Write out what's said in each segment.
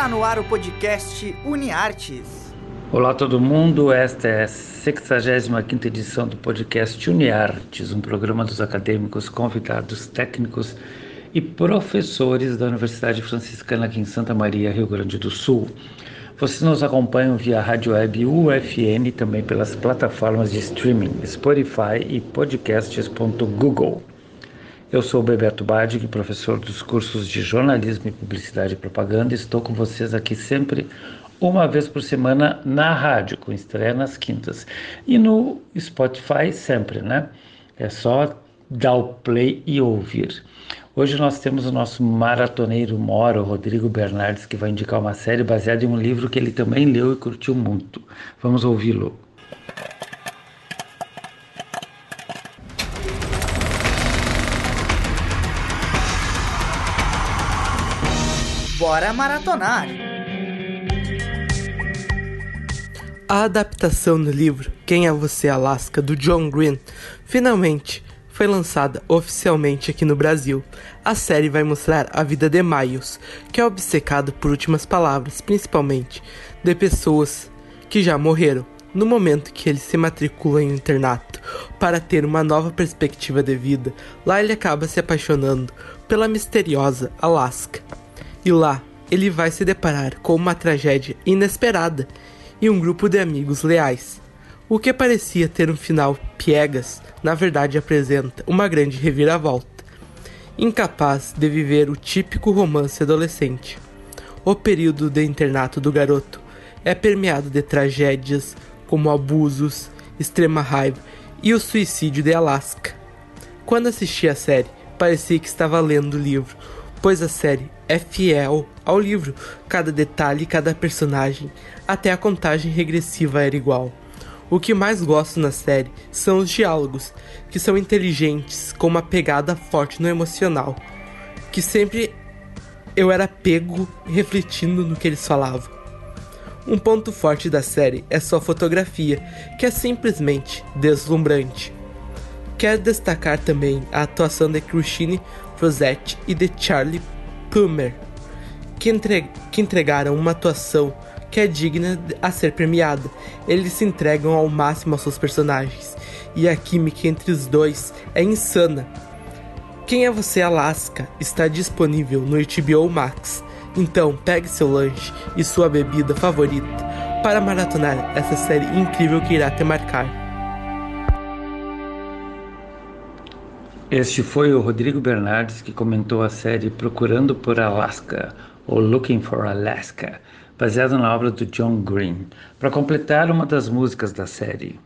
Está no ar o podcast UniArtes. Olá todo mundo, esta é a 65ª edição do podcast UniArtes, um programa dos acadêmicos, convidados, técnicos e professores da Universidade Franciscana aqui em Santa Maria, Rio Grande do Sul. Vocês nos acompanham via rádio web UFN, também pelas plataformas de streaming Spotify e podcasts.google. Eu sou o Bebeto Badig, professor dos cursos de jornalismo e publicidade e propaganda. Estou com vocês aqui sempre uma vez por semana na rádio, com estreia nas quintas. E no Spotify sempre, né? É só dar o play e ouvir. Hoje nós temos o nosso maratoneiro moro, Rodrigo Bernardes, que vai indicar uma série baseada em um livro que ele também leu e curtiu muito. Vamos ouvi-lo. Bora maratonar! A adaptação do livro Quem é Você, Alaska, do John Green, finalmente foi lançada oficialmente aqui no Brasil. A série vai mostrar a vida de Miles, que é obcecado por últimas palavras, principalmente de pessoas que já morreram, no momento que ele se matricula em um internato para ter uma nova perspectiva de vida. Lá ele acaba se apaixonando pela misteriosa Alaska. E lá, ele vai se deparar com uma tragédia inesperada e um grupo de amigos leais. O que parecia ter um final piegas, na verdade apresenta uma grande reviravolta. Incapaz de viver o típico romance adolescente, o período de internato do garoto é permeado de tragédias como abusos, extrema raiva e o suicídio de Alaska. Quando assisti a série, parecia que estava lendo o livro, pois a série é fiel ao livro, cada detalhe, cada personagem, até a contagem regressiva era igual. O que mais gosto na série são os diálogos, que são inteligentes, com uma pegada forte no emocional, que sempre eu era pego refletindo no que eles falavam. Um ponto forte da série é sua fotografia, que é simplesmente deslumbrante. Quero destacar também a atuação de Christine Rossetti e de Charlie Plummer, que entregaram uma atuação que é digna a ser premiada. Eles se entregam ao máximo aos seus personagens, e a química entre os dois é insana. Quem é Você, Alaska está disponível no HBO Max, então pegue seu lanche e sua bebida favorita para maratonar essa série incrível que irá te marcar. Este foi o Rodrigo Bernardes, que comentou a série Procurando por Alaska, ou Looking for Alaska, baseada na obra do John Green, para completar uma das músicas da série.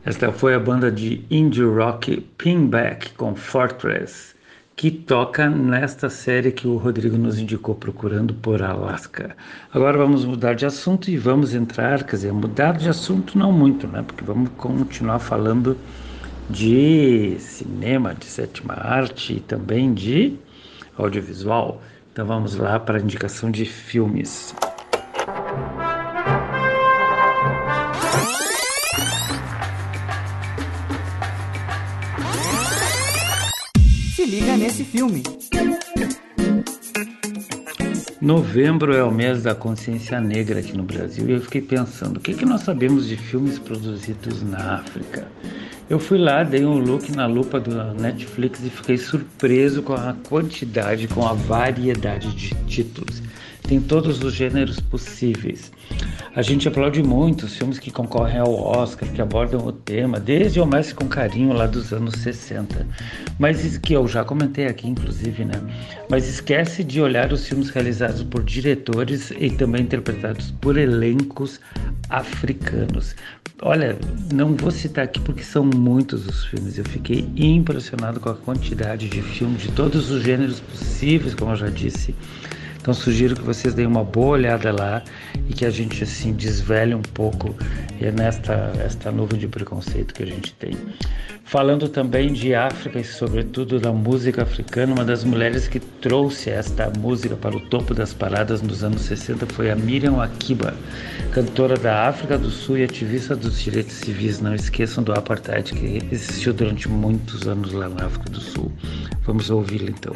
Esta foi a banda de indie rock Pinback com Fortress, que toca nesta série que o Rodrigo nos indicou, Procurando por Alaska. Agora vamos mudar de assunto e vamos entrar, quer dizer, mudar de assunto não muito, né? Porque vamos continuar falando de cinema, de sétima arte e também de audiovisual. Então vamos lá para a indicação de filmes. Se liga nesse filme. Novembro é o mês da consciência negra aqui no Brasil e eu fiquei pensando, o que nós sabemos de filmes produzidos na África? Eu fui lá, dei um look na lupa do Netflix e fiquei surpreso com a quantidade, com a variedade de títulos. Tem todos os gêneros possíveis. A gente aplaude muito os filmes que concorrem ao Oscar, que abordam o tema, desde O Mestre com Carinho, lá dos anos 60. Mas isso que eu já comentei aqui, inclusive, né? Mas esquece de olhar os filmes realizados por diretores e também interpretados por elencos africanos. Olha, não vou citar aqui porque são muitos os filmes. Eu fiquei impressionado com a quantidade de filmes de todos os gêneros possíveis, como eu já disse. Então sugiro que vocês deem uma boa olhada lá e que a gente assim desvele um pouco esta nuvem de preconceito que a gente tem. Falando também de África e sobretudo da música africana, uma das mulheres que trouxe esta música para o topo das paradas nos anos 60 foi a Miriam Makeba, cantora da África do Sul e ativista dos direitos civis. Não esqueçam do apartheid que existiu durante muitos anos lá na África do Sul. Vamos ouvi-la então.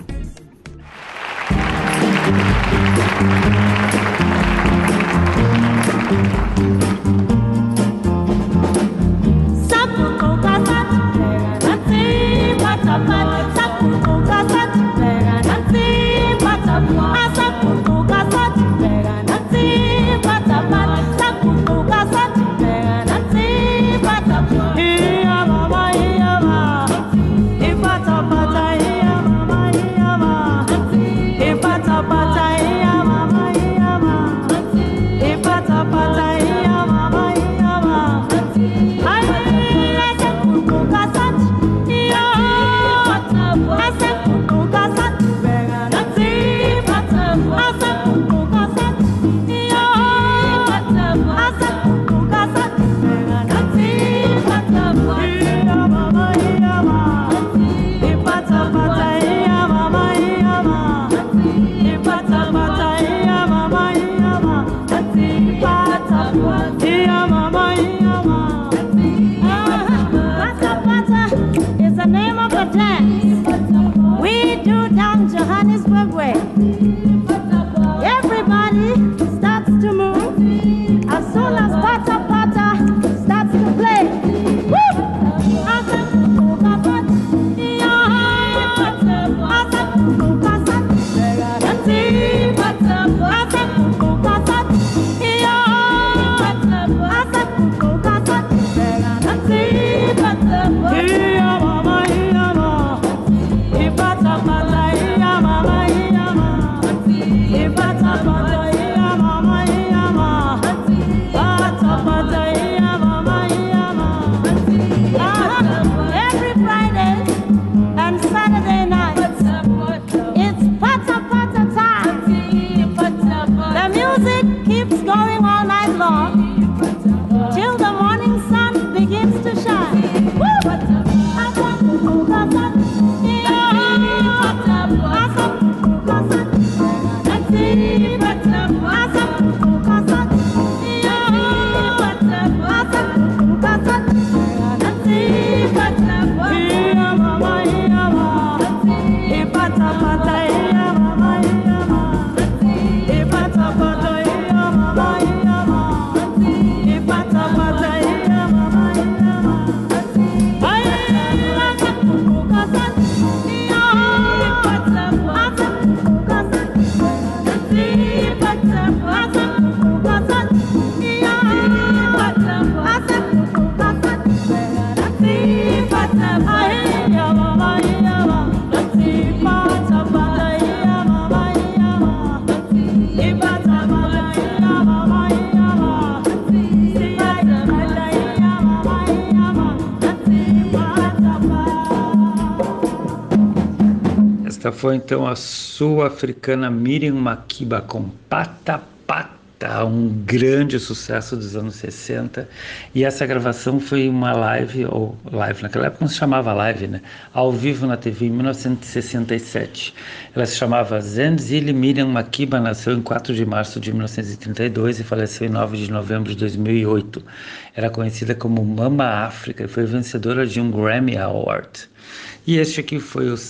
Esta foi então a sul-africana Miriam Makeba com Pata Pata, um grande sucesso dos anos 60. E essa gravação foi uma live, ou live naquela época não se chamava live, né? Ao vivo na TV em 1967. Ela se chamava Zenzile Miriam Makeba, nasceu em 4 de março de 1932 e faleceu em 9 de novembro de 2008. Era conhecida como Mama África e foi vencedora de um Grammy Award. E este aqui foi o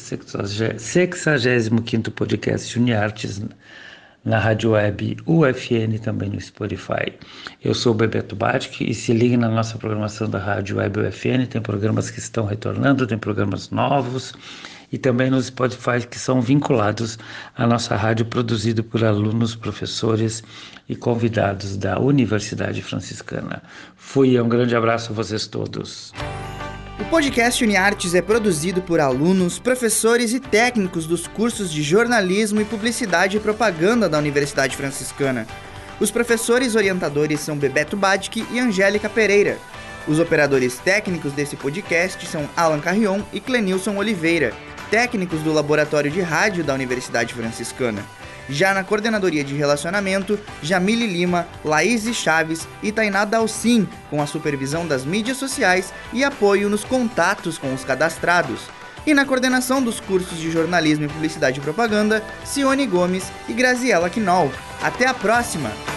65º podcast UniArtes na rádio web UFN, também no Spotify. Eu sou o Bebeto Batic e se ligue na nossa programação da rádio web UFN, tem programas que estão retornando, tem programas novos e também no Spotify que são vinculados à nossa rádio, produzido por alunos, professores e convidados da Universidade Franciscana. Um grande abraço a vocês todos. O podcast UniArtes é produzido por alunos, professores e técnicos dos cursos de jornalismo e publicidade e propaganda da Universidade Franciscana. Os professores orientadores são Bebeto Batic e Angélica Pereira. Os operadores técnicos desse podcast são Alan Carrion e Clenilson Oliveira, técnicos do Laboratório de Rádio da Universidade Franciscana. Já na coordenadoria de relacionamento, Jamile Lima, Laís Chaves e Tainá Dalcin, com a supervisão das mídias sociais e apoio nos contatos com os cadastrados. E na coordenação dos cursos de jornalismo e publicidade e propaganda, Cione Gomes e Graziela Quinol. Até a próxima!